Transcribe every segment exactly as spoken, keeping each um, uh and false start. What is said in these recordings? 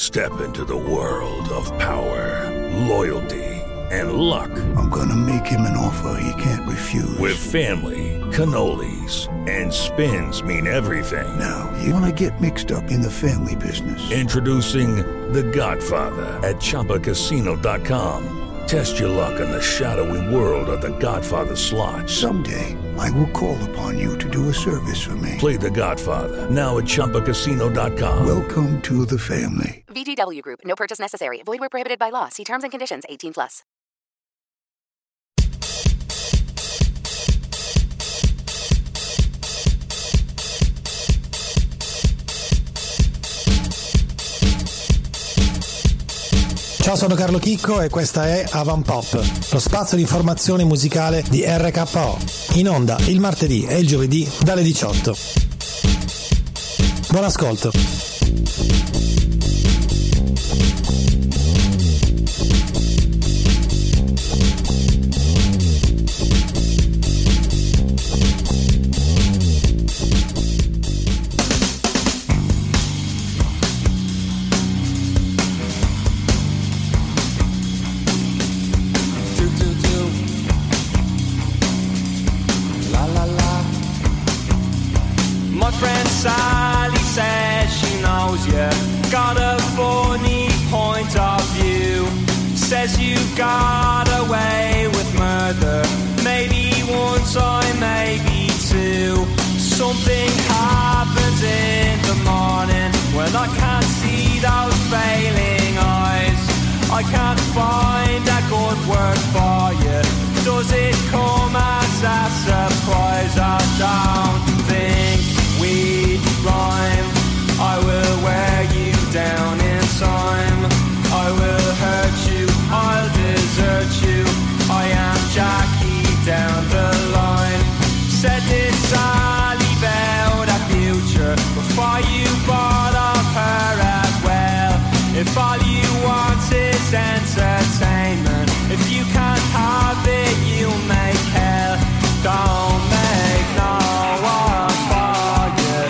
Step into the world of power, loyalty, and luck. I'm gonna make him an offer he can't refuse. With family, cannolis, and spins mean everything. Now, you wanna get mixed up in the family business. Introducing The Godfather at Chumba Casino dot com. Test your luck in the shadowy world of The Godfather slot. Someday, I will call upon you to do a service for me. Play The Godfather, now at Chumba Casino dot com. Welcome to the family. V G W Group. No purchase necessary. Void where prohibited by law. See terms and conditions. eighteen plus. Ciao, sono Carlo Chicco e questa è Avanpop, lo spazio di informazione musicale di R K O, in onda il martedì e il giovedì dalle diciotto. Buon ascolto. Sally says she knows you got a funny point of view. Says you got away with murder, maybe one time, maybe two. Something happens in the morning when I can't see those failing eyes. I can't find a good word for you. Does it come as a surprise? I don't think we'd rhyme. I will wear you down in time. I will hurt you, I'll desert you. I am Jackie down the line. Said this Sally about a future before you bought off her as well. If all you want is entertainment, if you can't have it, you make hell. Don't make no one for you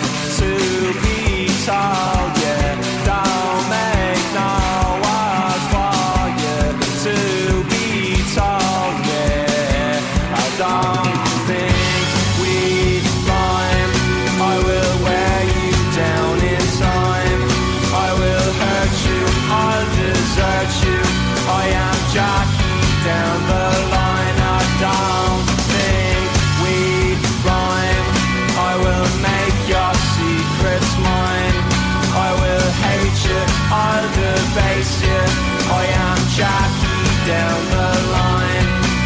to be told, yeah. Don't make no one for you to be told, yeah. I don't think we'd rhyme. I will wear you down in time. I will hurt you, I'll desert you. I am Jackie down the line. I don't think we'd rhyme. I will make your secrets mine. I will hate you, I'll debase you. I am Jackie down the line.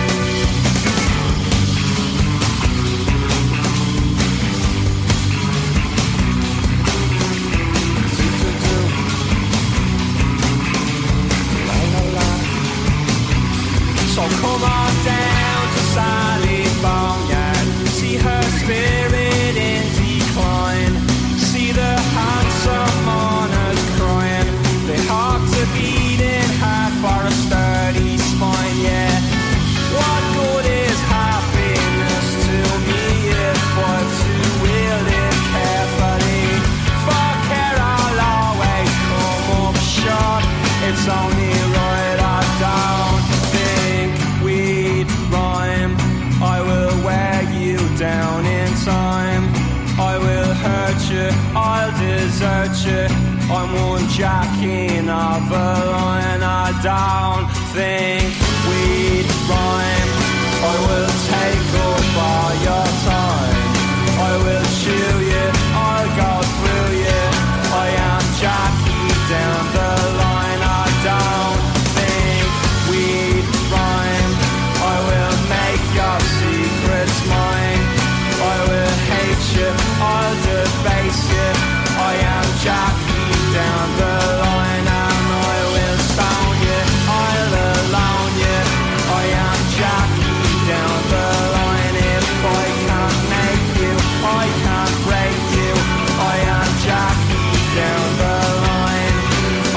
So come on down to Sally's Boneyard. See her spirit in decline. See the handsome mourners crying. They have to beat in hard for a sturdy spine, yeah. What good is happiness to me if I'm to wield it carefully? For care I'll always come up short. It's only right I don't we'd rhyme. I will wear you down in time. I will hurt you, I'll desert you. I'm one jacking of a line. I don't think we'd rhyme. I will take up all your time. I will chew you, I'll go through you. I am Jackie down the line. I don't think we'd rhyme. I will make your secrets mine. I will hate you, I'll debase you. I am Jackie down the line. And I will stone you, I'll alone you. I am Jackie down the line. If I can't make you, I can't break you. I am Jackie down the line.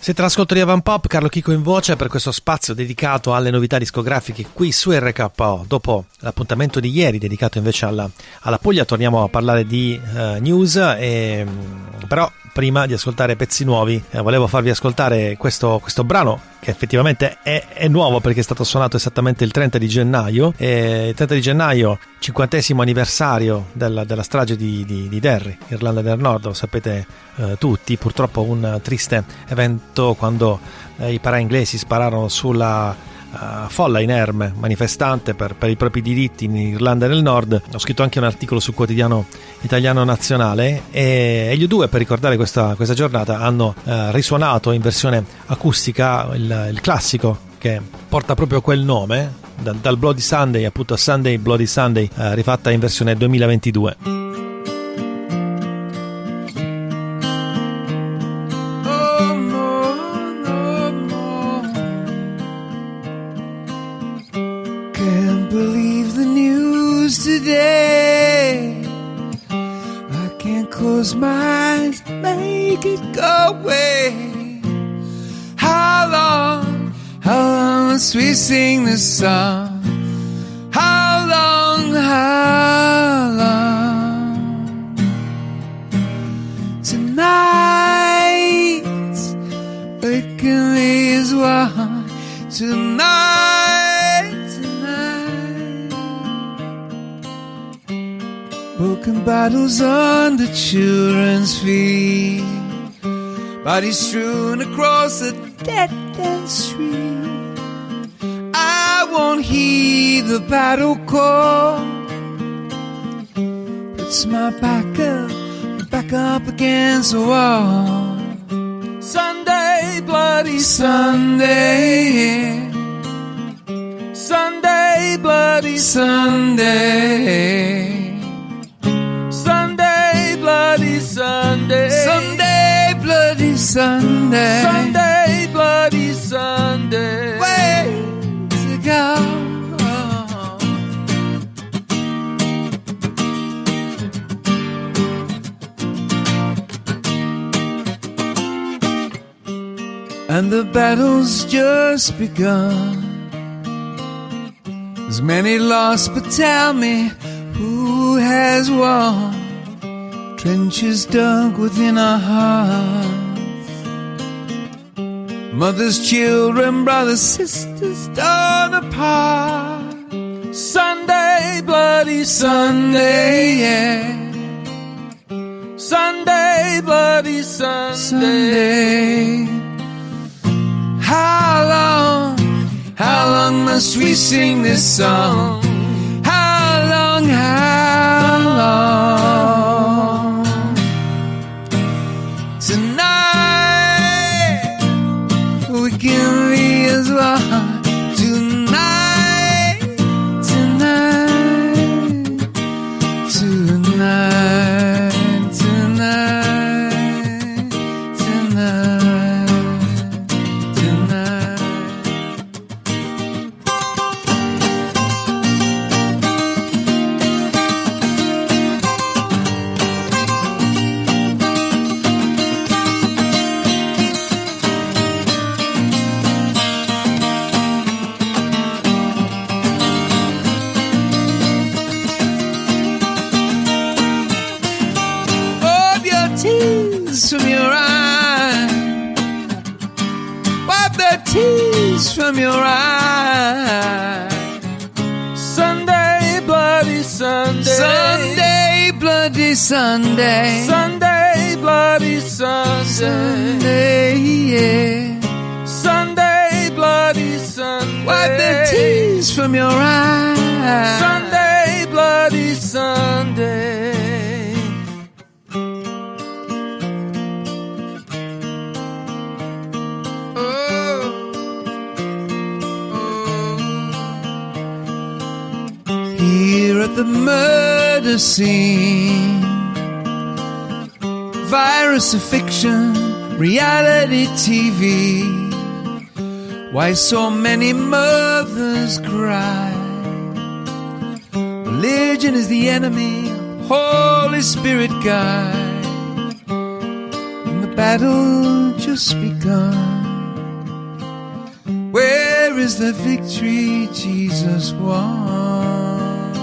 Siete all'ascolto di Avan Pop, Carlo Chicco in voce per questo spazio dedicato alle novità discografiche qui su R K O. Dopo l'appuntamento di ieri dedicato invece alla, alla Puglia torniamo a parlare di uh, news, e, però prima di ascoltare pezzi nuovi eh, volevo farvi ascoltare questo, questo brano che effettivamente è, è nuovo perché è stato suonato esattamente il trenta di gennaio, e il trenta di gennaio, cinquantesimo anniversario della, della strage di, di, di Derry, Irlanda del Nord, lo sapete eh, tutti, purtroppo un triste evento quando eh, i parà inglesi spararono sulla Uh, folla inerme manifestante per, per i propri diritti in Irlanda del Nord. Ho scritto anche un articolo sul quotidiano italiano Nazionale, e, e gli U due, per ricordare questa, questa giornata, hanno uh, risuonato in versione acustica il, il classico che porta proprio quel nome, da, dal Bloody Sunday appunto a Sunday Bloody Sunday, uh, rifatta in versione duemilaventidue. Today I can't close my eyes, make it go away. How long, how long must we sing this song? How long, how long? Tonight it can be as one. Tonight, broken bottles on the children's feet, bodies strewn across the dead end street. I won't heed the battle call, puts my back up, back up against the wall. Sunday, bloody Sunday, Sunday, bloody Sunday, bloody Sunday, Sunday, bloody Sunday, Sunday, bloody Sunday. Way to go. And the battle's just begun. There's many lost, but tell me who has won? Trenches dug within our hearts, mothers, children, brothers, sisters torn apart. Sunday, bloody Sunday, yeah. Sunday, bloody Sunday, Sunday. How long, how long must we sing this song? How long, how long? Can be as one. Tonight, tonight, tonight, tonight, tonight, tonight. From your eyes, wipe the tears from your eyes. Sunday, bloody Sunday, Sunday, bloody Sunday, Sunday, bloody Sunday, Sunday, yeah. Sunday, bloody Sunday, wipe the tears from your eyes. Sunday, bloody Sunday. Here at the murder scene, virus of fiction, reality T V. Why so many mothers cry? Religion is the enemy, Holy Spirit guide, and the battle just begun. Where is the victory Jesus won?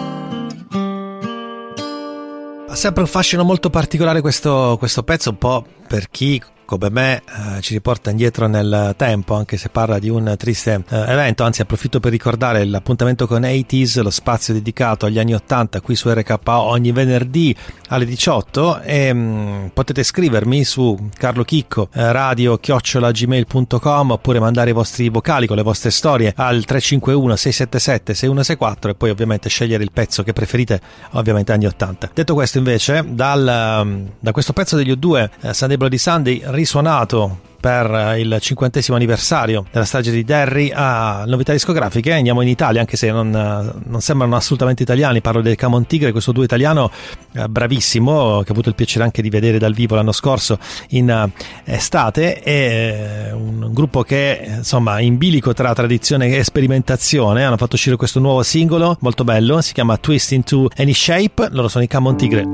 Ha sempre un fascino molto particolare questo, questo pezzo, un po' per chi come me eh, ci riporta indietro nel tempo, anche se parla di un triste eh, evento. Anzi, approfitto per ricordare l'appuntamento con ottanta, lo spazio dedicato agli anni ottanta qui su R K O ogni venerdì alle diciotto, e mh, potete scrivermi su carlochicco eh, radio chiocciola gmail punto com, oppure mandare i vostri vocali con le vostre storie al tre cinque uno sei sette sette sei uno sei quattro, e poi ovviamente scegliere il pezzo che preferite, ovviamente anni ottanta. Detto questo, invece, dal, da questo pezzo degli U due, eh, Sunday Bloody Sunday, risuonato per il cinquantesimo anniversario della strage di Derry, a novità discografiche, andiamo in Italia, anche se non, non sembrano assolutamente italiani. Parlo del Camon Tigre, questo duo italiano eh, bravissimo, che ho avuto il piacere anche di vedere dal vivo l'anno scorso in eh, estate. È eh, un gruppo che, insomma, in bilico tra tradizione e sperimentazione. Hanno fatto uscire questo nuovo singolo molto bello, si chiama Twist into Any Shape. Loro sono i Camon Tigre.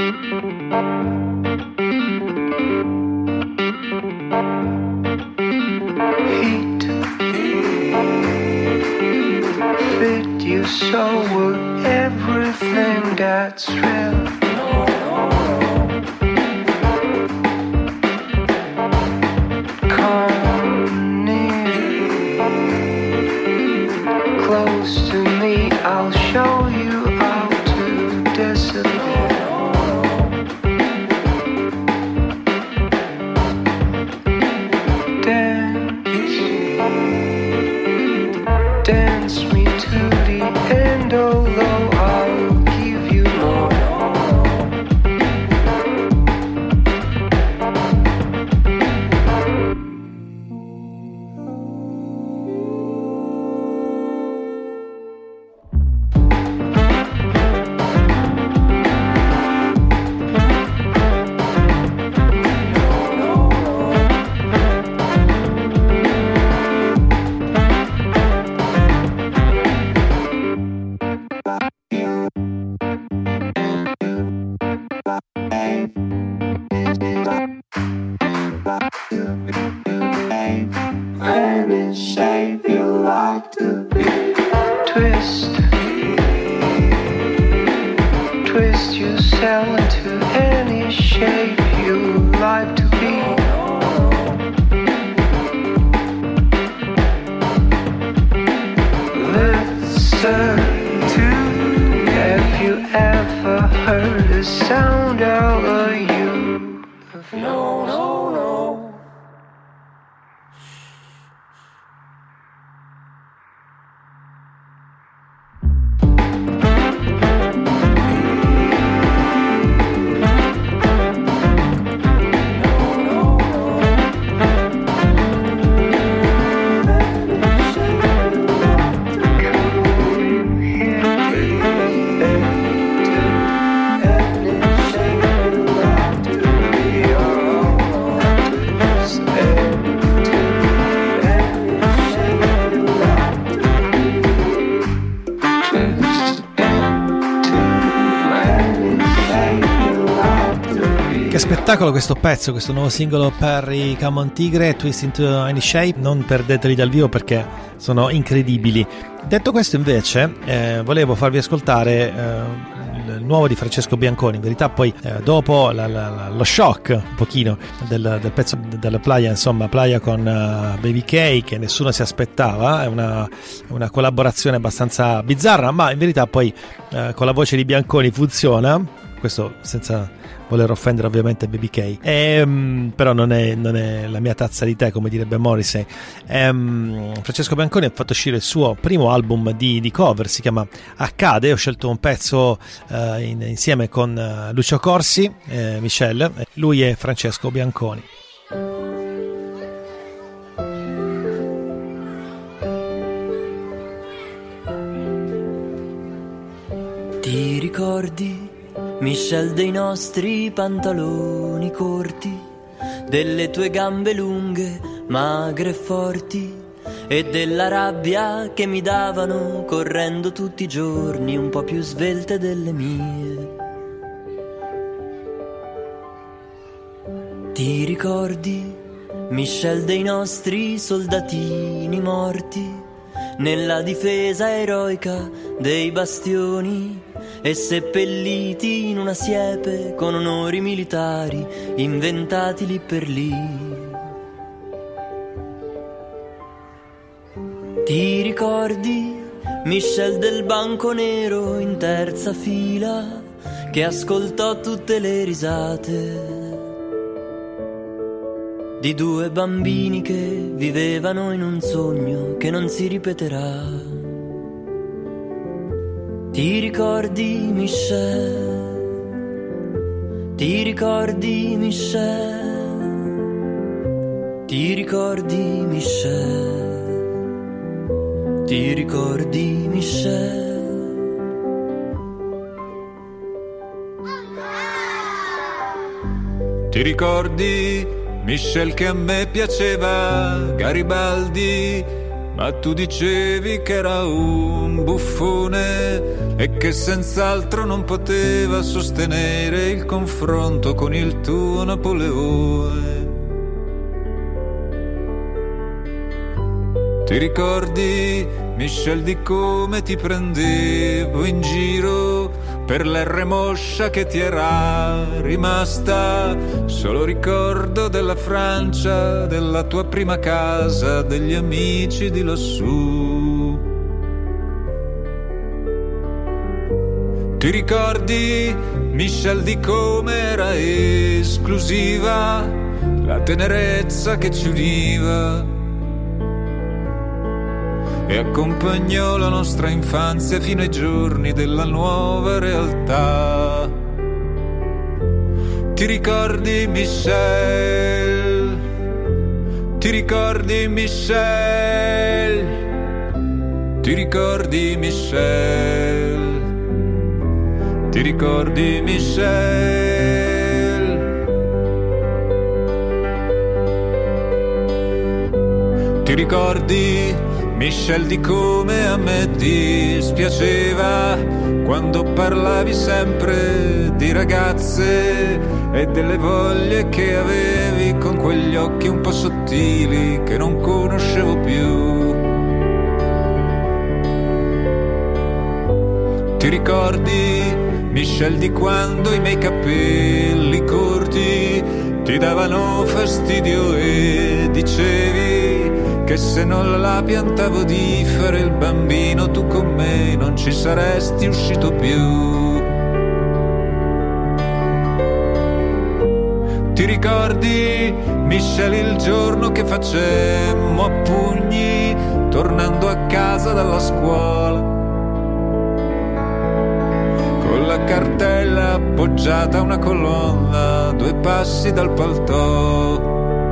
So will everything that's real. Come near, close to me, I'll show you how to disappear. Dance, dance me to the end, although I'll give you more. Spettacolo questo pezzo, questo nuovo singolo per i Camon Tigre, Twist into Any Shape. Non perdeteli dal vivo perché sono incredibili. Detto questo, invece, eh, volevo farvi ascoltare eh, il nuovo di Francesco Bianconi. In verità poi eh, dopo la, la, lo shock un pochino del, del pezzo della Playa, insomma Playa con uh, Baby K, che nessuno si aspettava, è una, una collaborazione abbastanza bizzarra, ma in verità poi eh, con la voce di Bianconi funziona. Questo senza voler offendere ovviamente Baby K, ehm, però non è, non è la mia tazza di tè, come direbbe Morrissey. Ehm, Francesco Bianconi ha fatto uscire il suo primo album di, di cover, si chiama Accade. Ho scelto un pezzo eh, in, insieme con uh, Lucio Corsi, eh, Michel, lui è Francesco Bianconi. Ti ricordi, Michel, dei nostri pantaloni corti, delle tue gambe lunghe, magre e forti, e della rabbia che mi davano correndo tutti i giorni, un po' più svelte delle mie. Ti ricordi Michel dei nostri soldatini morti nella difesa eroica dei bastioni e seppelliti in una siepe con onori militari inventati lì per lì. Ti ricordi, Michel del banco nero in terza fila, che ascoltò tutte le risate di due bambini che vivevano in un sogno che non si ripeterà? Ti ricordi, Michel? Ti ricordi, Michel? Ti ricordi, Michel? Ti ricordi, Michel? Ti ricordi, Michel, che a me piaceva Garibaldi, ma tu dicevi che era un buffone e che senz'altro non poteva sostenere il confronto con il tuo Napoleone. Ti ricordi, Michel, di come ti prendevo in giro per l'R moscia che ti era rimasta? Solo ricordo della Francia, della tua prima casa, degli amici di lassù. Ti ricordi, Michel, di come era esclusiva la tenerezza che ci univa e accompagnò la nostra infanzia fino ai giorni della nuova realtà? Ti ricordi, Michel? Ti ricordi, Michel? Ti ricordi, Michel? Ti ricordi, Michel? Ti ricordi, Michel, di come a me dispiaceva quando parlavi sempre di ragazze e delle voglie che avevi con quegli occhi un po' sottili che non conoscevo più? Ti ricordi, Michel, di quando i miei capelli corti ti davano fastidio e dicevi che se non la piantavo di fare il bambino tu con me non ci saresti uscito più? Ti ricordi, Michel, il giorno che facemmo a pugni tornando a casa dalla scuola, con la cartella appoggiata a una colonna, due passi dal paltò?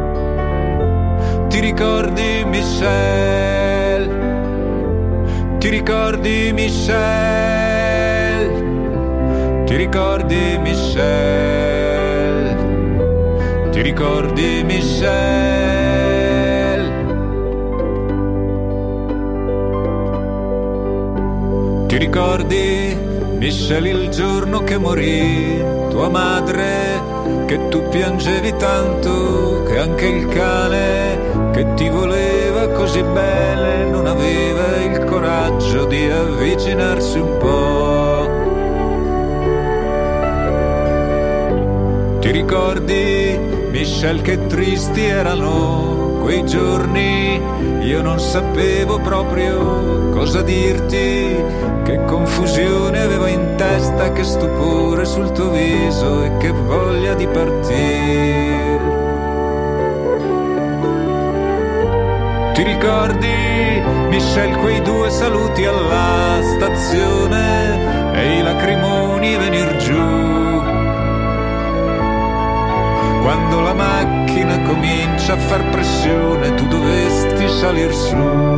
Ti ricordi, Michel? Ti ricordi, Michel? Ti ricordi, Michel? Ti ricordi, Michel? Ti ricordi, Michel, il giorno che morì tua madre, che tu piangevi tanto che anche il cane che ti voleva così bene non aveva il coraggio di avvicinarsi un po'? Ti ricordi, Michel, che tristi erano quei giorni? Io non sapevo proprio cosa dirti, che confusione avevo in testa, che stupore sul tuo viso e che voglia di partire. Ti ricordi, Michel, quei due saluti alla stazione e i lacrimoni venir giù, quando la macchina comincia a far pressione tu dovesti salir su?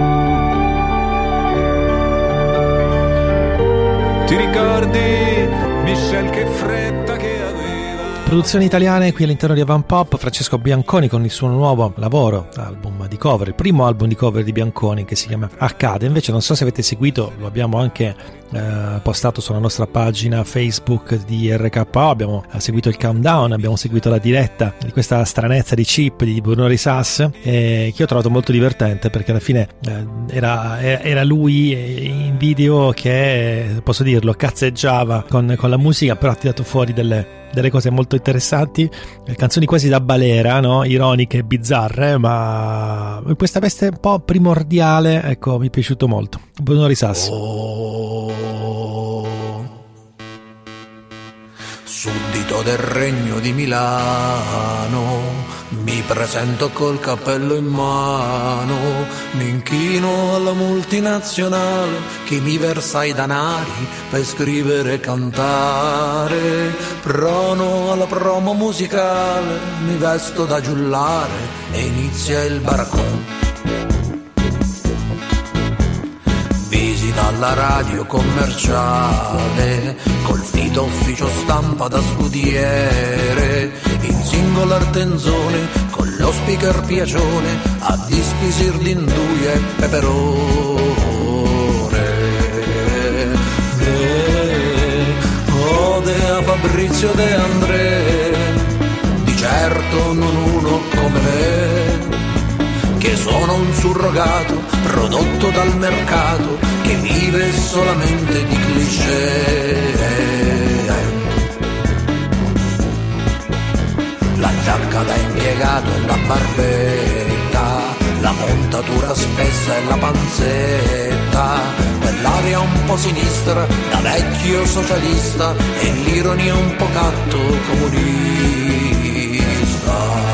Ti ricordi, Michel, che fretta che aveva? Produzioni italiane qui all'interno di Avant Pop. Francesco Bianconi con il suo nuovo lavoro, album di cover, il primo album di cover di Bianconi, che si chiama Arcade. Invece non so se avete seguito, lo abbiamo anche eh, postato sulla nostra pagina Facebook di R K O, abbiamo seguito il countdown, abbiamo seguito la diretta di questa stranezza di Chip di Bruno Risas, eh, che ho trovato molto divertente, perché alla fine eh, era, era lui in video che, posso dirlo, cazzeggiava con, con la musica, però ha tirato fuori delle delle cose molto interessanti, canzoni quasi da balera, no? Ironiche e bizzarre, ma in questa veste un po' primordiale, ecco, mi è piaciuto molto. Bruno Risas. Oh, suddito del regno di Milano, mi presento col cappello in mano, mi inchino alla multinazionale che mi versa i danari per scrivere e cantare, prono alla promo musicale, mi vesto da giullare e inizia il baraccon. Visita alla radio commerciale col fito ufficio stampa da scudiere, in singolar tenzone con lo speaker piacione a dischi sirdindui e peperone. Eh, ode a Fabrizio De André, di certo non uno come me, che sono un surrogato prodotto dal mercato che vive solamente di cliché. La giacca da impiegato e la barbetta, la montatura spessa e la panzetta, quell'aria un po' sinistra da vecchio socialista e l'ironia un po' catto comunista.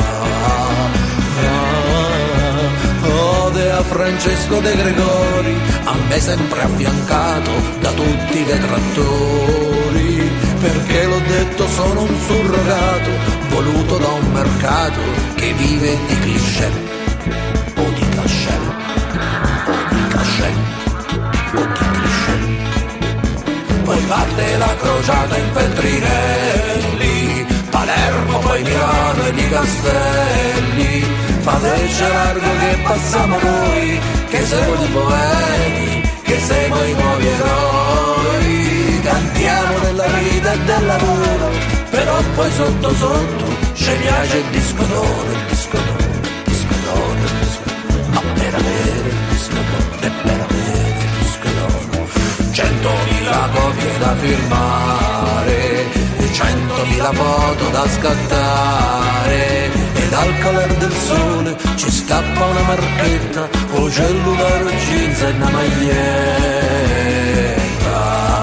Ode a Francesco De Gregori, a me sempre affiancato da tutti i detrattori, perché l'ho detto sono un surrogato voluto da un mercato che vive di cliché o di cachet o di cachet o di cliché. Poi parte la crociata in Feltrinelli, Palermo, poi Milano e di Castelli. Fateci largo che passiamo noi, che siamo i poeti, che siamo i nuovi eroi. Cantiamo della vita e del lavoro, però poi sotto sotto ci piace il disco d'oro, il disco d'oro, il disco d'oro, il disco d'oro. Ma per avere il disco d'oro e per avere il disco d'oro, centomila copie da firmare, centomila foto da scattare, e dal calore del sole ci scappa una marchetta o cellulare o jeans e una maglietta.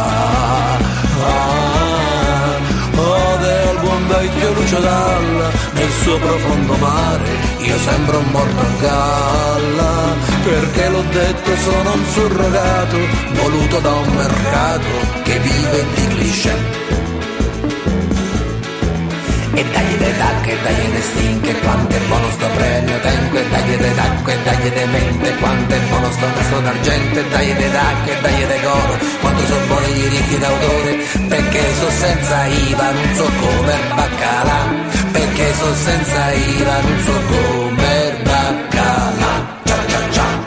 Ah, ode al buon vecchio Lucio Dalla, nel suo profondo mare io sembro un morto a galla, perché l'ho detto sono un surrogato voluto da un mercato che vive di cliché. E dagli de tac, e dagli de stink, e quanto è buono sto premio tengo, e dagli de tac, e dagli de mente, quanto è buono sto tasto d'argento, e dagli de tac, e dagli de coro, quanto sono buoni i diritti d'autore, perché so senza I V A, non so come il baccalà, perché so senza I V A, non so come il baccalà. Ciao ciao ciao.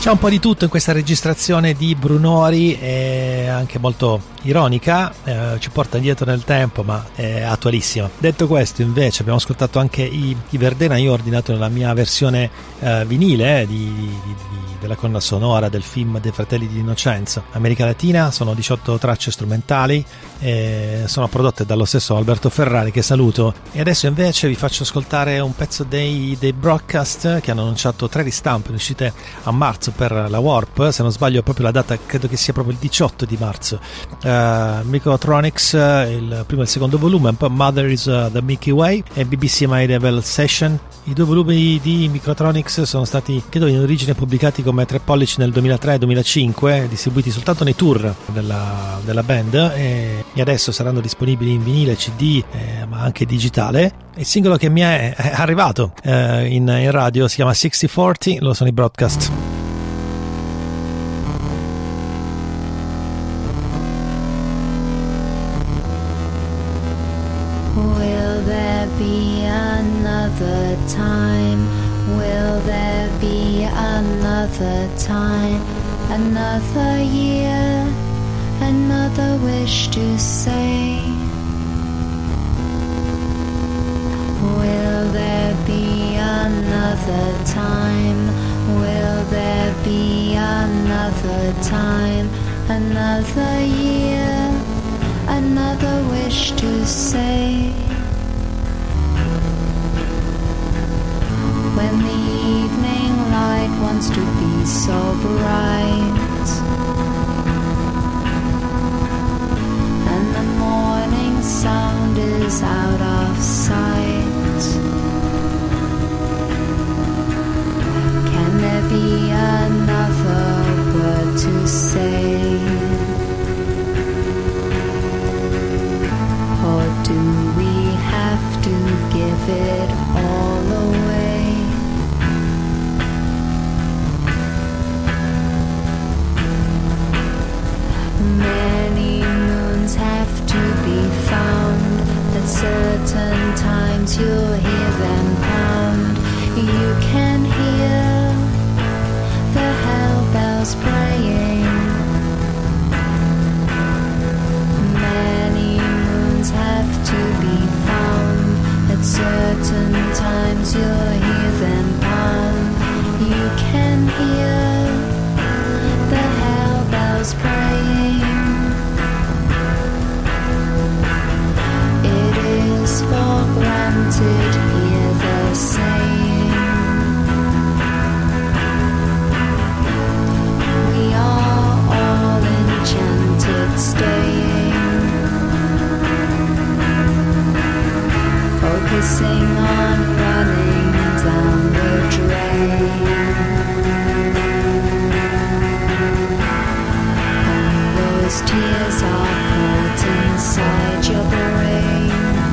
C'è un po' di tutto in questa registrazione di Brunori, è anche molto ironica, eh, ci porta indietro nel tempo ma è attualissima. Detto questo, invece, abbiamo ascoltato anche i, i Verdena. Io ho ordinato la mia versione eh, vinile eh, di, di, di, della colonna sonora del film dei Fratelli di Innocenzo. America Latina, sono diciotto tracce strumentali, eh, sono prodotte dallo stesso Alberto Ferrari, che saluto. E adesso invece vi faccio ascoltare un pezzo dei, dei Broadcast, che hanno annunciato tre ristampe uscite a marzo per la Warp. Se non sbaglio proprio la data, credo che sia proprio il diciotto di marzo. uh, Microtronics, il primo e il secondo volume, un po' Mother is uh, the Milky Way e B B C My Devil Session. I due volumi di Microtronics sono stati, credo, in origine pubblicati come tre pollici nel duemilatré e duemilacinque, distribuiti soltanto nei tour della, della band, e, e adesso saranno disponibili in vinile, C D, eh, ma anche digitale. Il singolo che mi è, è arrivato eh, in, in radio si chiama sessanta quaranta, lo sono i Broadcast. Will there be another time? Will there be another time? Another year, another wish to say. Will there be another time? Will there be another time? Another year, another wish to say. When the evening light wants to be so bright, and the morning sound is out of sight, can there be another word to say? Or do we have to give it all away? Many moons have to be found. At certain times you'll hear them pound. You can hear the hell bells praying. Many moons have to be found. At certain times you'll hear them pound. You can hear the hell bells praying. It is for granted, hear the saying. We are all enchanted staying, focusing on running down the drain. And those tears are caught inside your brain.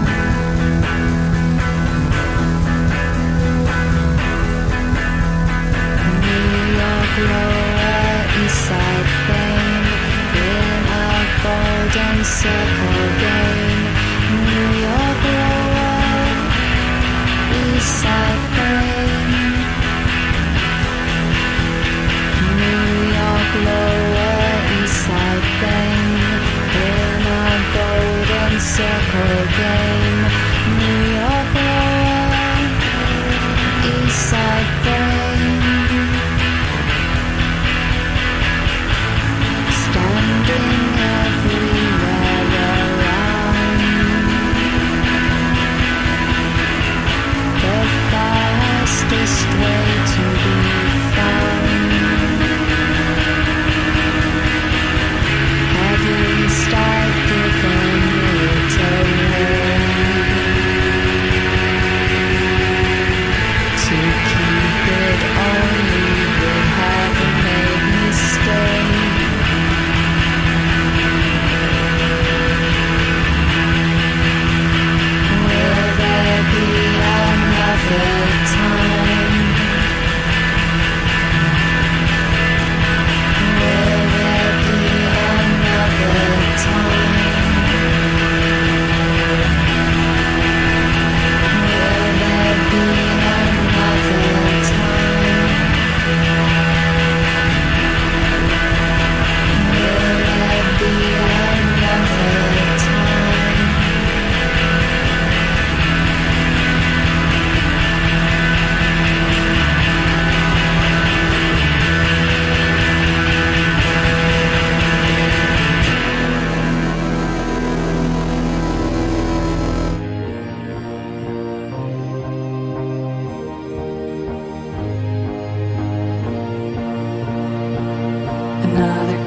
New York Lower East Side fame in a golden circle game. New York Lower East Side fame. New York Lower East Side fame in a golden circle game. New York Lower East Side fame. Standing everywhere around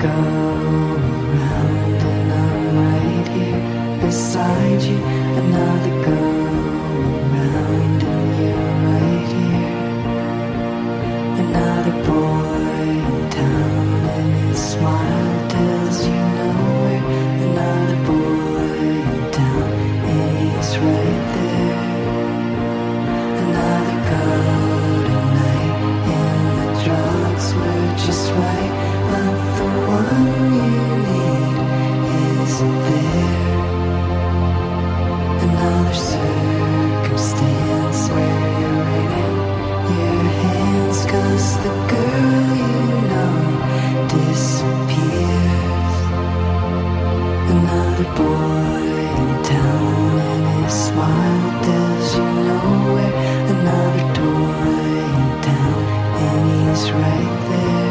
go around and I'm right here beside you. Another go around and you're right here. Another boy in town and his smile tells you nowhere. Another boy in town and he's right there. Another go tonight and the drugs were just right, but the one you need isn't there. Another circumstance where you're wringing your hands 'cause the girl you know disappears. Another boy in town and his smile tells you nowhere. Another toy in town and he's right there.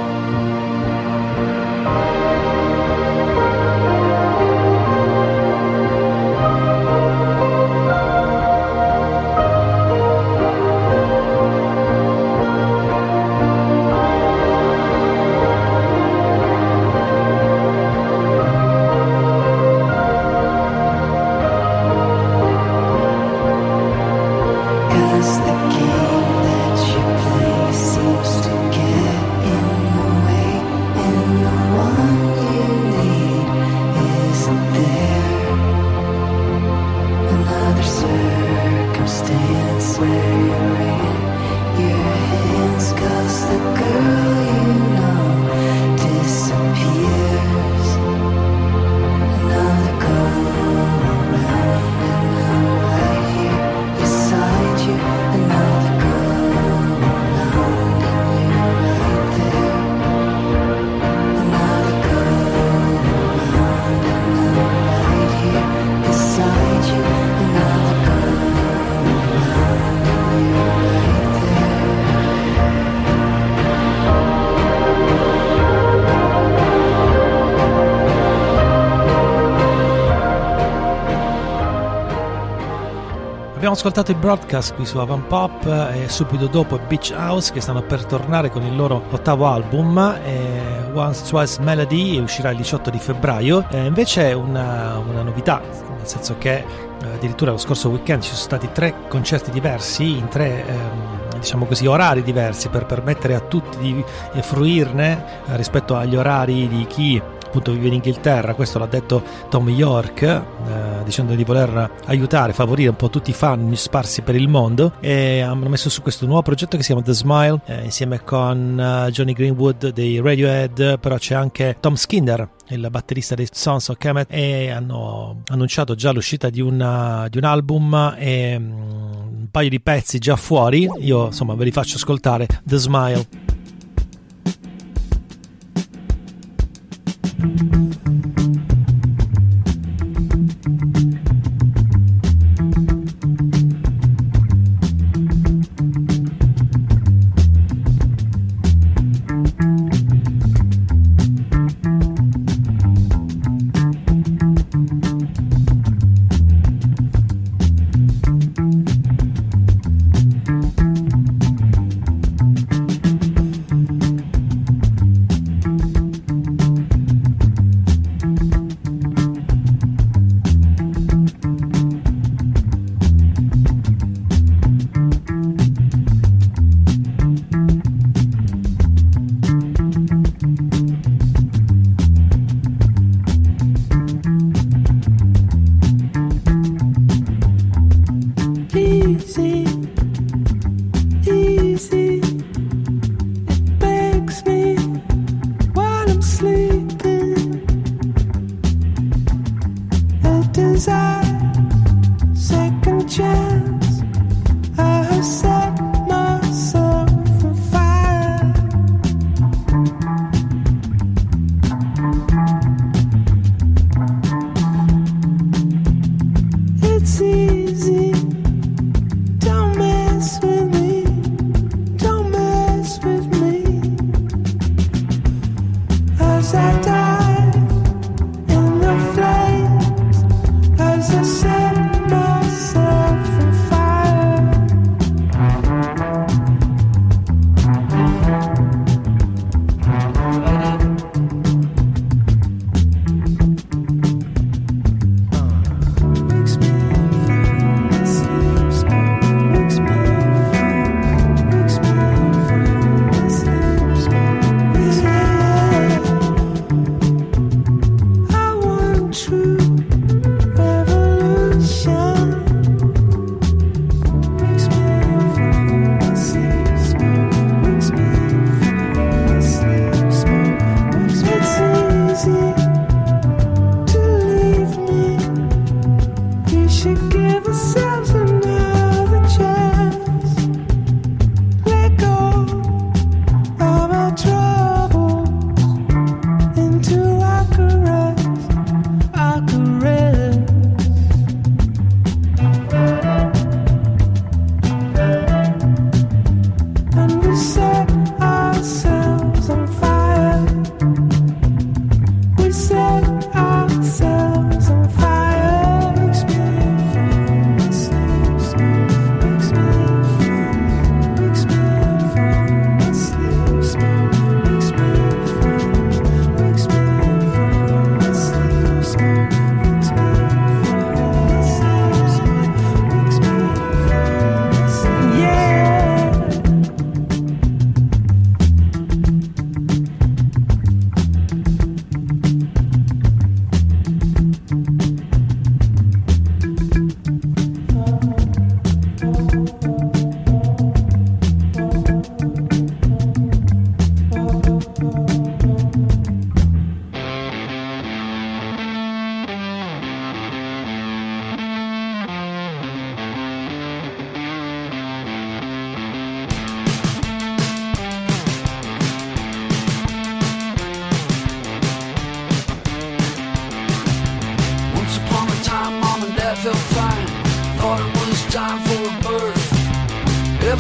Abbiamo ascoltato i Broadcast qui su Avant Pop e subito dopo Beach House che stanno per tornare con il loro ottavo album, e Once Twice Melody uscirà il diciotto di febbraio. E invece è una, una novità, nel senso che eh, addirittura lo scorso weekend ci sono stati tre concerti diversi in tre ehm, diciamo così orari diversi per permettere a tutti di eh, fruirne eh, rispetto agli orari di chi appunto vive in Inghilterra. Questo l'ha detto Tom York, eh, dicendo di voler aiutare, favorire un po' tutti i fan sparsi per il mondo, e hanno messo su questo nuovo progetto che si chiama The Smile, eh, insieme con uh, Johnny Greenwood dei Radiohead, però c'è anche Tom Skinner, il batterista dei Sons of Kemet, e hanno annunciato già l'uscita di, una, di un album e um, un paio di pezzi già fuori. Io insomma ve li faccio ascoltare. The Smile.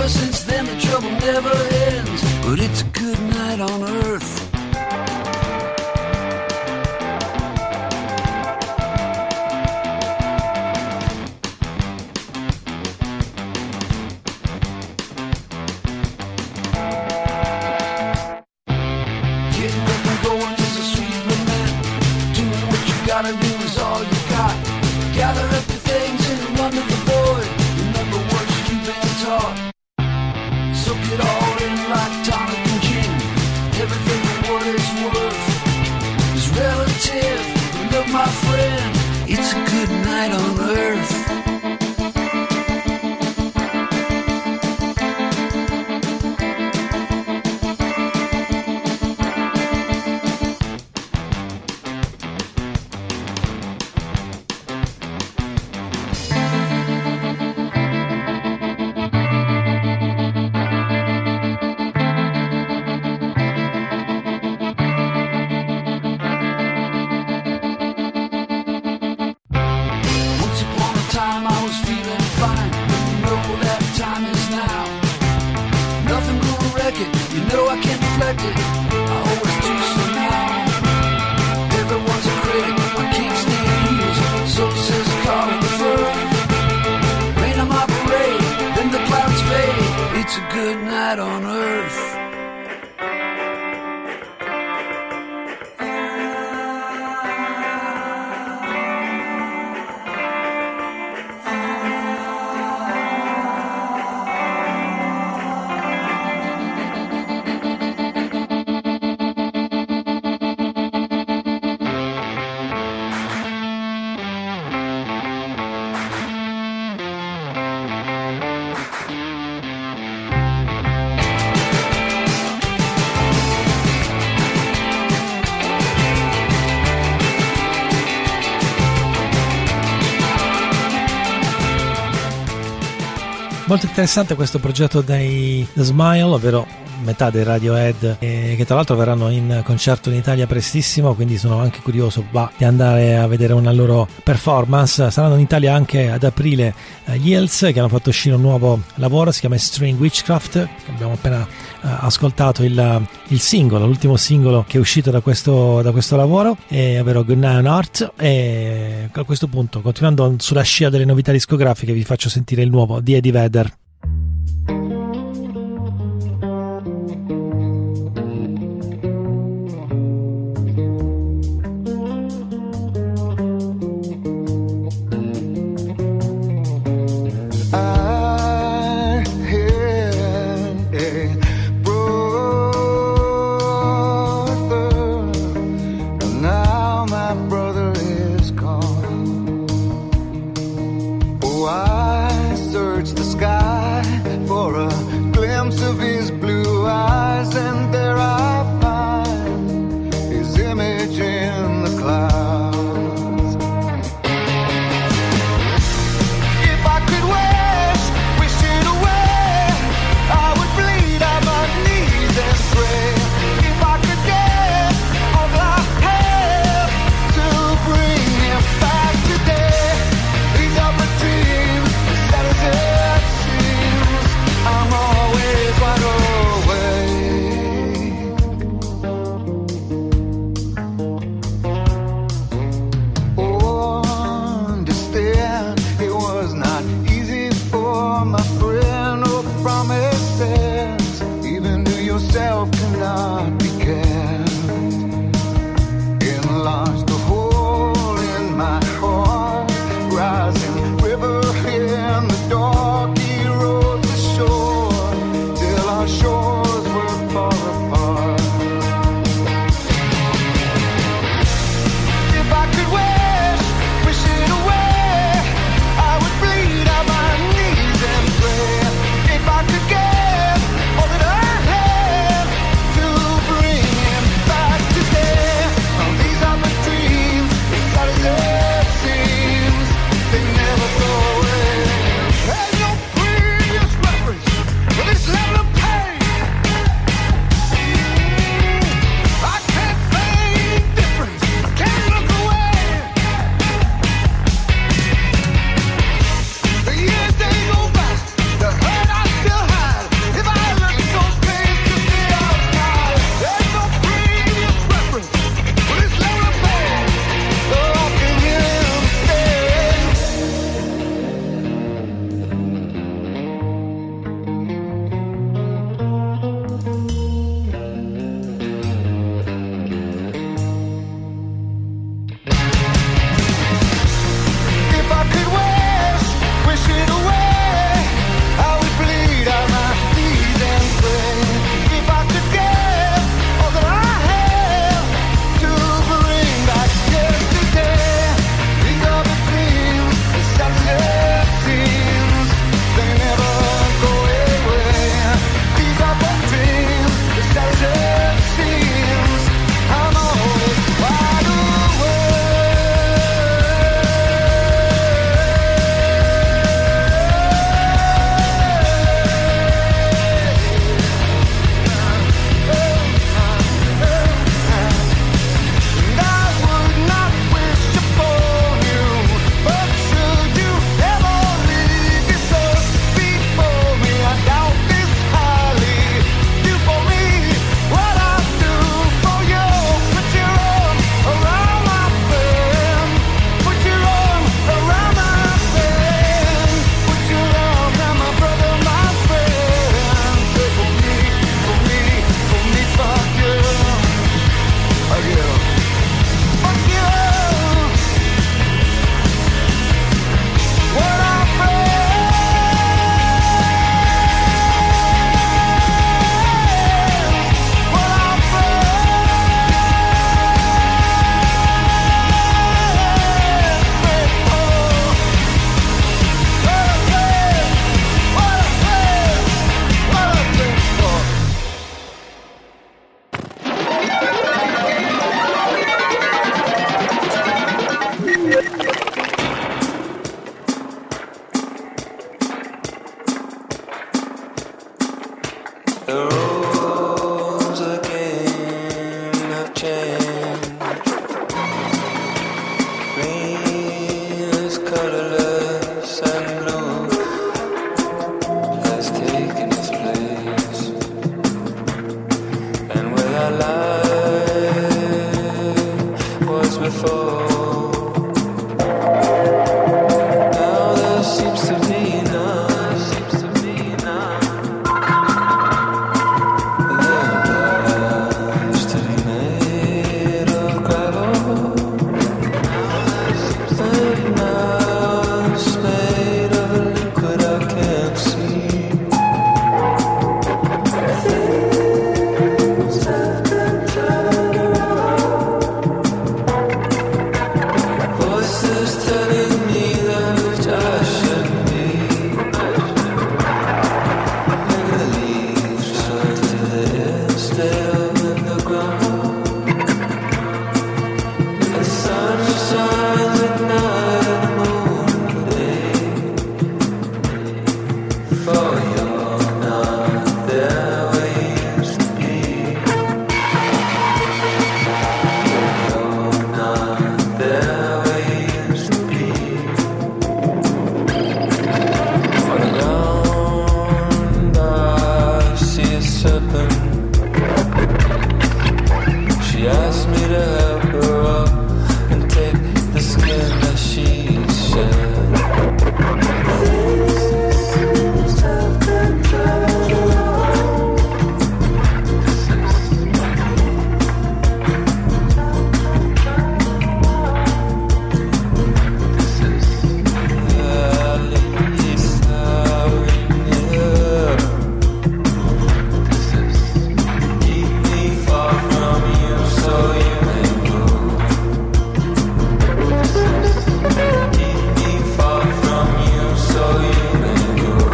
ever since then the trouble never ends. But it's a good night on earth. Gotta do is all you got. Gather up your things and run to the void. Remember what you've been taught. Soak it all in like tonic and gin. Everything for what it's worth is relative. Look, my friend, it's a good night on earth. It's a good night on earth. Molto interessante questo progetto dei The Smile, ovvero metà dei Radiohead, eh, che tra l'altro verranno in concerto in Italia prestissimo, quindi sono anche curioso bah, di andare a vedere una loro performance. Saranno in Italia anche ad aprile eh, gli Hills, che hanno fatto uscire un nuovo lavoro, si chiama String Witchcraft, che abbiamo appena eh, ascoltato il, il singolo, l'ultimo singolo che è uscito da questo, da questo lavoro, eh, ovvero Good Night on Earth. E a questo punto, continuando sulla scia delle novità discografiche, vi faccio sentire il nuovo di Eddie Vedder. If I could get all that I have to bring him my life was before. Now there seems to be none. Seems to be none. There used to be made of gravel. And now it's made of a liquid I can't see. Things have been turned around. Voices telling me that I shouldn't be. And the leaves turn to their stale in the ground. The sun shines at night, the moon day. For you're not there where you used to be. You're not there where you used to be. On the ground I see a serpent. She asked me to help her up and take the skin that she shed. Things have been turned around. At least now we're here. Keep me far from you so you may grow. Keep me far from you so you may grow.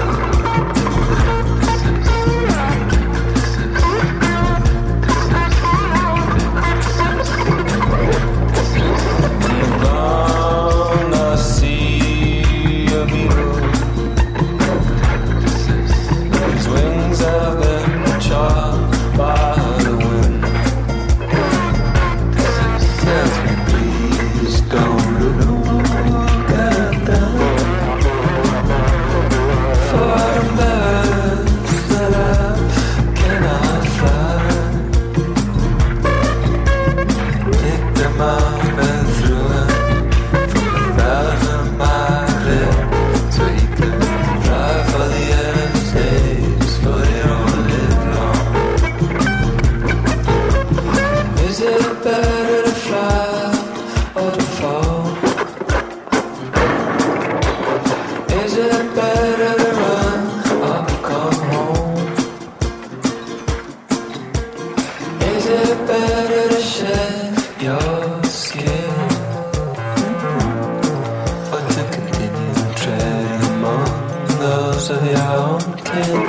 On the sea of evil, whose wings have been charred by the wind. Tells me please don't look at them, for I'm embarrassed that I cannot fly. Pick them up and threw them from a thousand mile clear, so he could drive for the United States, but he don't live long. Is it better to fly or to fall? Is it better to run or to come home? Is it better to shed your skin or to continue treading among those of your own kin?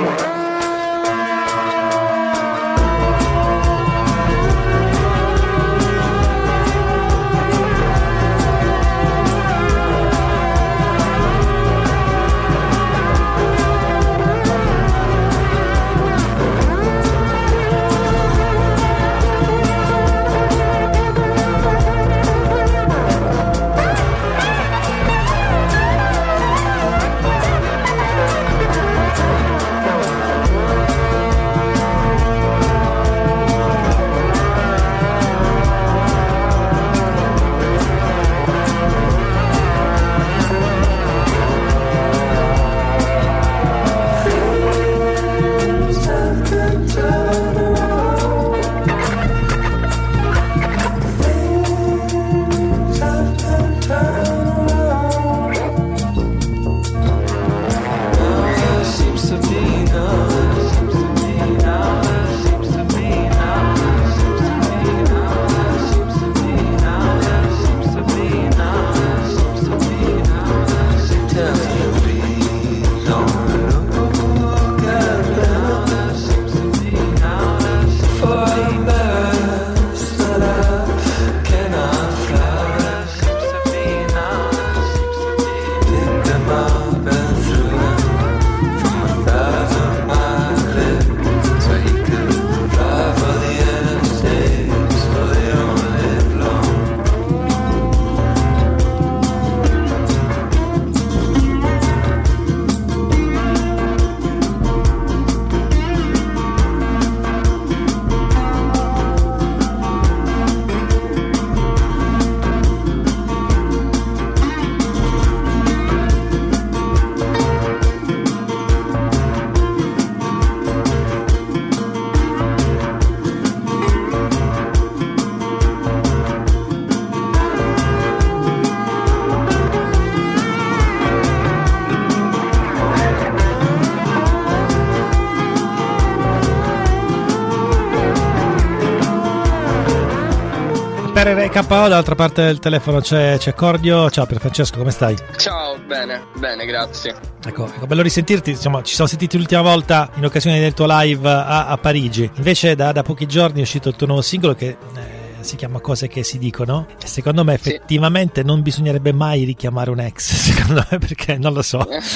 Per R K O dall'altra parte del telefono c'è, c'è Cordio. Ciao Pierfrancesco, come stai? Ciao, bene, bene, grazie. Ecco, ecco, bello risentirti, insomma ci siamo sentiti l'ultima volta in occasione del tuo live a, a Parigi. Invece da, da pochi giorni è uscito il tuo nuovo singolo che eh, si chiama Cose che si dicono, e secondo me effettivamente sì. non bisognerebbe mai richiamare un ex, secondo me, perché non lo so.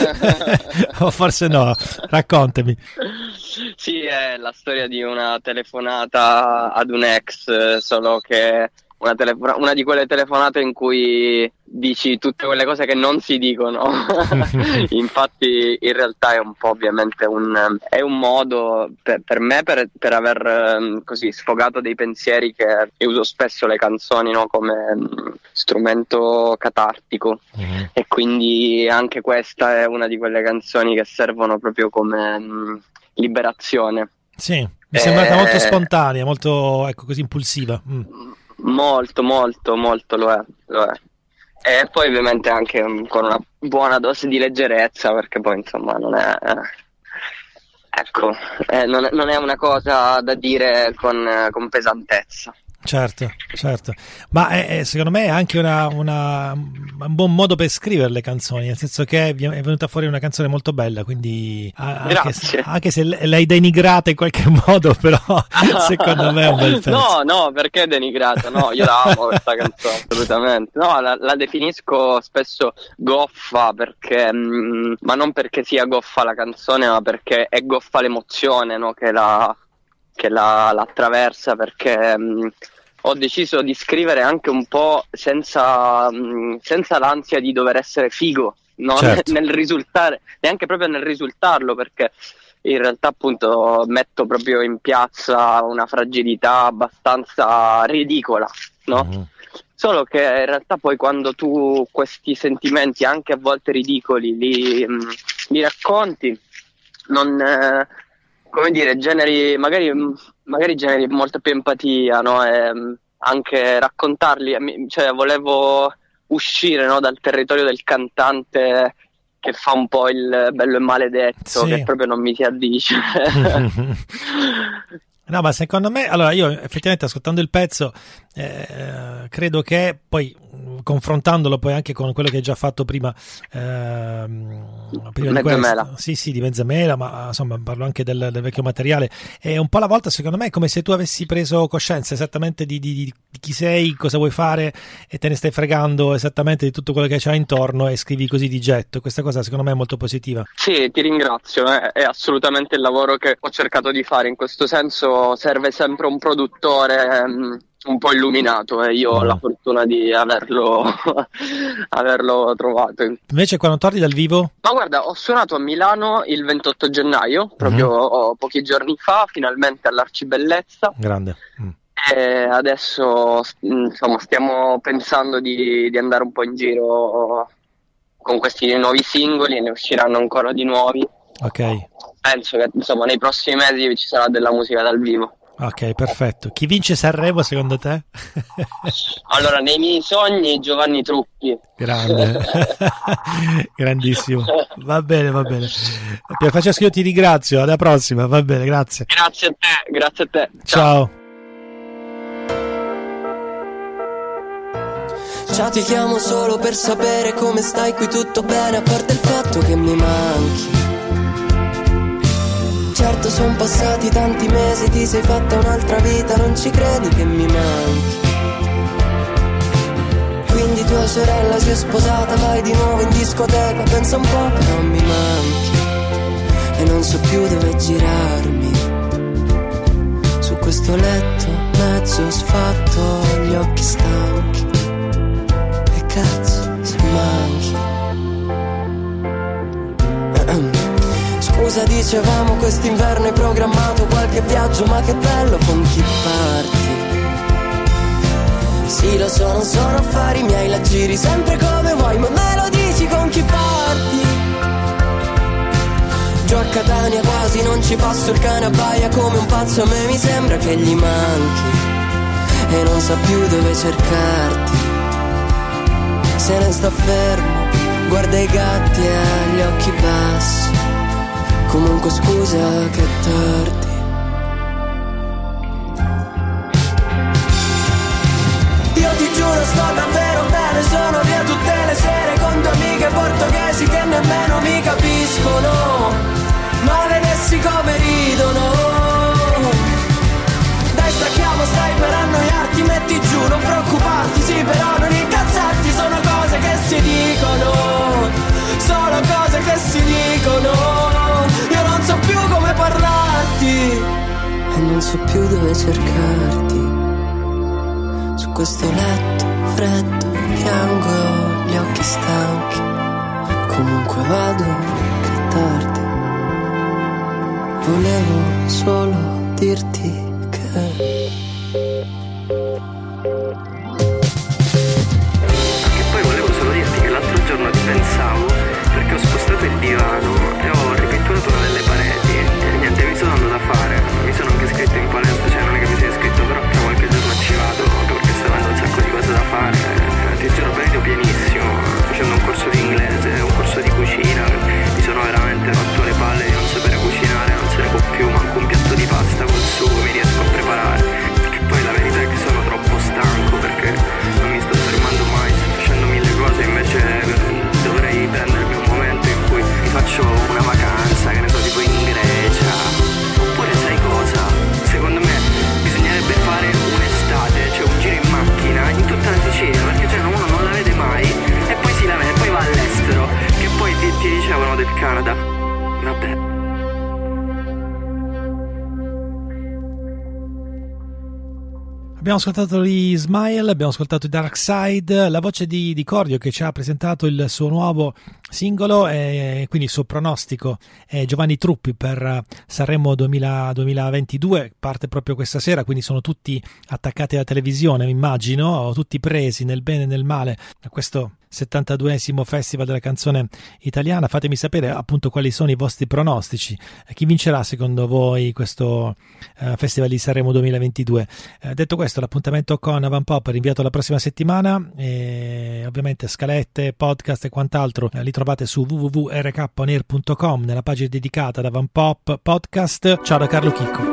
O forse no, raccontami. Sì, è la storia di una telefonata ad un ex, solo che una, telefona- una di quelle telefonate in cui dici tutte quelle cose che non si dicono. Infatti in realtà è un po' ovviamente un, è un modo per, per me per, per aver così sfogato dei pensieri, che io uso spesso le canzoni, no, come um, strumento catartico, mm-hmm. e quindi anche questa è una di quelle canzoni che servono proprio come um, liberazione. Sì, mi è sembrata eh, molto spontanea, molto, ecco, così impulsiva. Mm. Molto, molto, molto lo è, lo è. E poi ovviamente anche con una buona dose di leggerezza, perché poi insomma non è... Eh, ecco, eh, non, è, non è una cosa da dire con, con pesantezza. Certo, certo, ma è, è, secondo me è anche una, una, un buon modo per scrivere le canzoni, nel senso che è venuta fuori una canzone molto bella, quindi anche se, anche se l'hai denigrata in qualche modo, però secondo me è un bel pezzo. No, no, perché denigrata? No, io la amo questa canzone, assolutamente. No, la, la definisco spesso goffa, perché mh, ma non perché sia goffa la canzone, ma perché è goffa l'emozione, no, che la, che la, la attraversa, perché... Mh, ho deciso di scrivere anche un po' senza, mh, senza l'ansia di dover essere figo, no? Certo. nel risultare, neanche proprio nel risultarlo, perché in realtà appunto metto proprio in piazza una fragilità abbastanza ridicola, no? Mm-hmm. Solo che in realtà poi quando tu questi sentimenti, anche a volte ridicoli, li, mh, li racconti, non... Eh, come dire, generi, magari, magari generi molta più empatia, no? E anche raccontarli, cioè volevo uscire, no, dal territorio del cantante che fa un po' il bello e maledetto, sì. che proprio non mi si addice. No, ma secondo me, allora io effettivamente ascoltando il pezzo eh, credo che poi confrontandolo poi anche con quello che hai già fatto prima, ehm, prima di questo, sì sì di Mezzamela, ma insomma parlo anche del, del vecchio materiale, e un po' alla volta secondo me è come se tu avessi preso coscienza esattamente di, di, di chi sei, cosa vuoi fare, e te ne stai fregando esattamente di tutto quello che c'hai intorno e scrivi così di getto. Questa cosa secondo me è molto positiva. Sì, ti ringrazio, è, è assolutamente il lavoro che ho cercato di fare. In questo senso serve sempre un produttore um, un po' illuminato, e io ho la fortuna di averlo averlo trovato. Invece quando torni dal vivo? Ma guarda, ho suonato a Milano il ventotto gennaio, proprio mm-hmm. pochi giorni fa, finalmente all'Arcibellezza. Grande. Mm. E adesso insomma stiamo pensando di, di andare un po' in giro con questi nuovi singoli, ne usciranno ancora di nuovi. Ok. Penso che insomma nei prossimi mesi ci sarà della musica dal vivo. Ok, perfetto. Chi vince Sanremo secondo te? Allora, nei miei sogni Giovanni Truppi. Grande. Grandissimo. Va bene, va bene. Pierfrancesco, io ti ringrazio, alla prossima, va bene, grazie. Grazie a te, grazie a te. Ciao. Ciao. Ciao, ti chiamo solo per sapere come stai, qui tutto bene, a parte il fatto che mi manchi. Certo son passati tanti mesi, ti sei fatta un'altra vita, non ci credi che mi manchi. Quindi tua sorella si è sposata, vai di nuovo in discoteca, pensa un po' però mi manchi. E non so più dove girarmi, su questo letto mezzo sfatto, gli occhi stanchi. E cazzo se manchi. Scusa, dicevamo quest'inverno hai programmato qualche viaggio, ma che bello, con chi parti? Sì, lo so, non sono affari miei, la giri sempre come vuoi, ma me lo dici con chi parti? Giù a Catania quasi non ci passo, il cane abbaia come un pazzo, a me mi sembra che gli manchi e non sa più dove cercarti. Se ne sta fermo, guarda i gatti e ha gli occhi bassi. Comunque scusa che è tardi. nemmeno mi capiscono, ma vedessi come ridono. Dai stacchiamo, stai per annoiarti, metti giù, non preoccuparti, sì però non incazzarti, sono cose che si dicono, sono cose che si dicono, io non so più come parlarti e non so più dove cercarti. Su questo letto freddo piango e ho gli occhi stanchi, comunque vado che è tardi. Volevo solo dirti che Che poi volevo solo dirti che l'altro giorno ti pensavo, perché ho spostato il divano e ho ripitturato una delle pareti e niente, mi sto dando da fare. Mi sono anche iscritto in palestra, cioè non è che mi sia iscritto, però tra qualche giorno ci vado, anche perché sto avendo un sacco di cose da fare. Eh, ti giuro, periodo pienissimo, facendo un corso di inglese, un corso di cucina, mi sono veramente rotto le palle di non sapere cucinare, non se ne può più, manco un piatto di pasta col sugo mi riesco a preparare. Che poi la verità è che sono troppo stanco perché non mi sto fermando mai, sto facendo mille cose, invece dovrei prendermi un momento in cui mi faccio una vacanza, che ne so, tipo in Grecia. Oppure sai cosa? Secondo me bisognerebbe fare un'estate, cioè un giro in macchina in tutta la Sicilia, perché cioè uno non la vede mai e poi si la vede, poi va all'estero, che poi ti, ti dicevano del Canada. Vabbè. Abbiamo ascoltato gli Smile, abbiamo ascoltato i Dark Side, la voce di, di Cordio che ci ha presentato il suo nuovo singolo e quindi il suo pronostico è Giovanni Truppi per Sanremo duemila, duemilaventidue, parte proprio questa sera, quindi sono tutti attaccati alla televisione, mi immagino, tutti presi nel bene e nel male a questo settantaduesimo Festival della canzone italiana. Fatemi sapere appunto quali sono i vostri pronostici, chi vincerà secondo voi questo uh, Festival di Sanremo duemilaventidue. Uh, detto questo, l'appuntamento con Van Pop è rinviato la prossima settimana e ovviamente scalette, podcast e quant'altro uh, li trovate su w w w punto r k on air punto com nella pagina dedicata da Van Pop Podcast. Ciao da Carlo Chicco.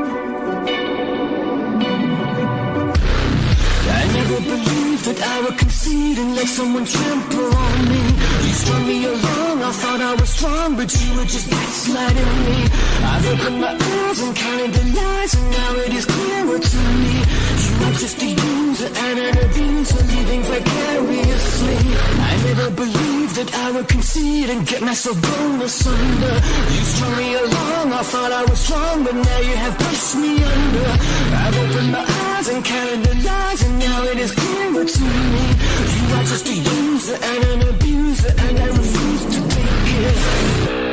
That I would concede and let someone trample on me. You strung me along, I thought I was strong, but you were just gaslighting me. I've opened my eyes and counted the lies, and now it is clearer to me. You are just a user and an abuser, living vicariously. I never believed that I would concede and get myself blown asunder. You strung me along, I thought I was strong, but now you have pushed me under. I've opened my eyes and counted the lies, and now it is clearer to me. You are just a user and an abuser, and I refuse to take it.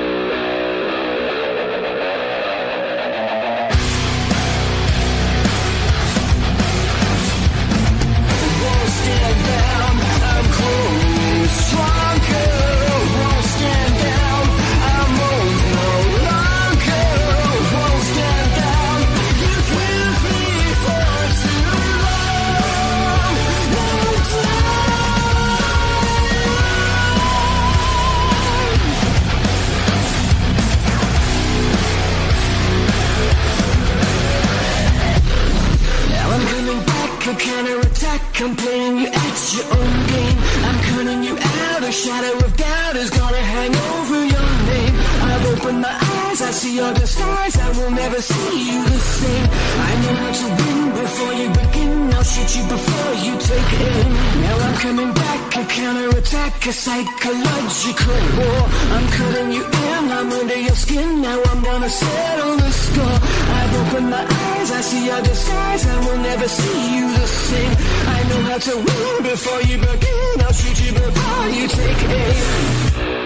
Counterattack, I'm playing you at your own game. I'm cutting you out, a shadow of doubt is gonna hang over your name. I've opened my eyes, I see your disguise, I will never see you the same. I know how to win before you begin, I'll shoot you before you take aim. Now I'm coming back, a counterattack, a psychological war. I'm cutting you in, I'm under your skin, now I'm gonna settle the score. I've opened my eyes, I see your disguise, I will never see you the same. I know how to win before you begin, I'll shoot you before you take aim.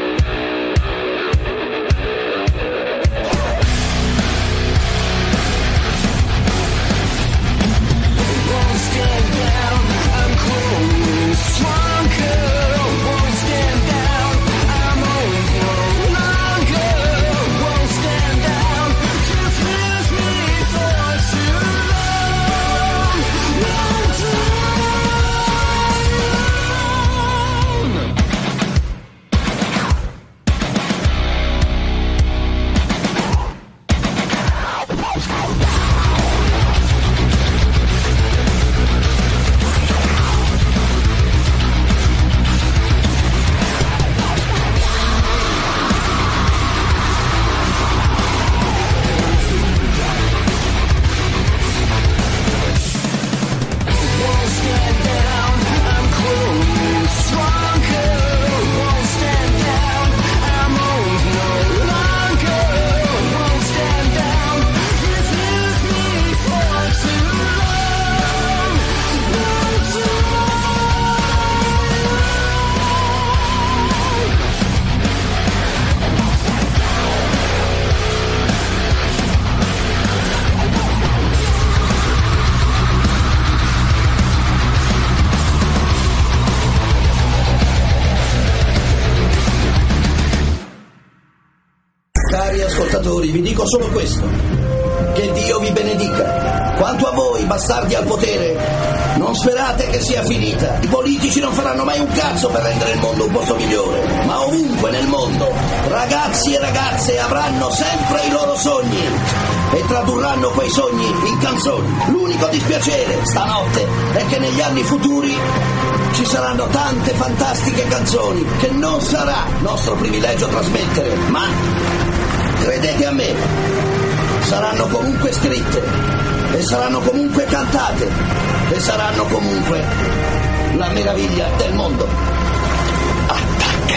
dico solo questo: che Dio vi benedica. Quanto a voi, bastardi al potere, non sperate che sia finita. I politici non faranno mai un cazzo per rendere il mondo un posto migliore, ma ovunque nel mondo ragazzi e ragazze avranno sempre i loro sogni e tradurranno quei sogni in canzoni. L'unico dispiacere stanotte è che negli anni futuri ci saranno tante fantastiche canzoni che non sarà nostro privilegio trasmettere, ma credete a me, saranno comunque scritte e saranno comunque cantate e saranno comunque la meraviglia del mondo. Attacca!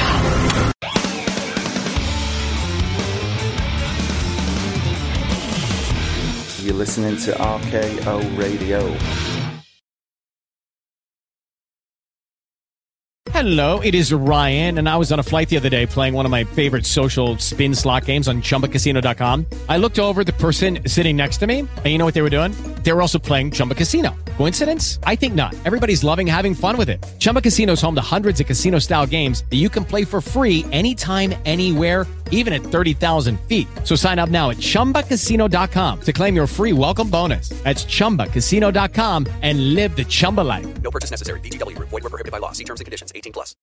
You're listening to R K O Radio. Hello, it is Ryan, and I was on a flight the other day playing one of my favorite social spin slot games on Chumba Casino dot com. I looked over at the person sitting next to me, and you know what they were doing? They were also playing Chumba Casino. Coincidence? I think not. Everybody's loving having fun with it. Chumba Casino is home to hundreds of casino-style games that you can play for free anytime, anywhere, even at thirty thousand feet. So sign up now at Chumba Casino dot com to claim your free welcome bonus. That's Chumba Casino dot com and live the Chumba life. No purchase necessary. V G W. Void where prohibited by law. See terms and conditions. eighteen plus.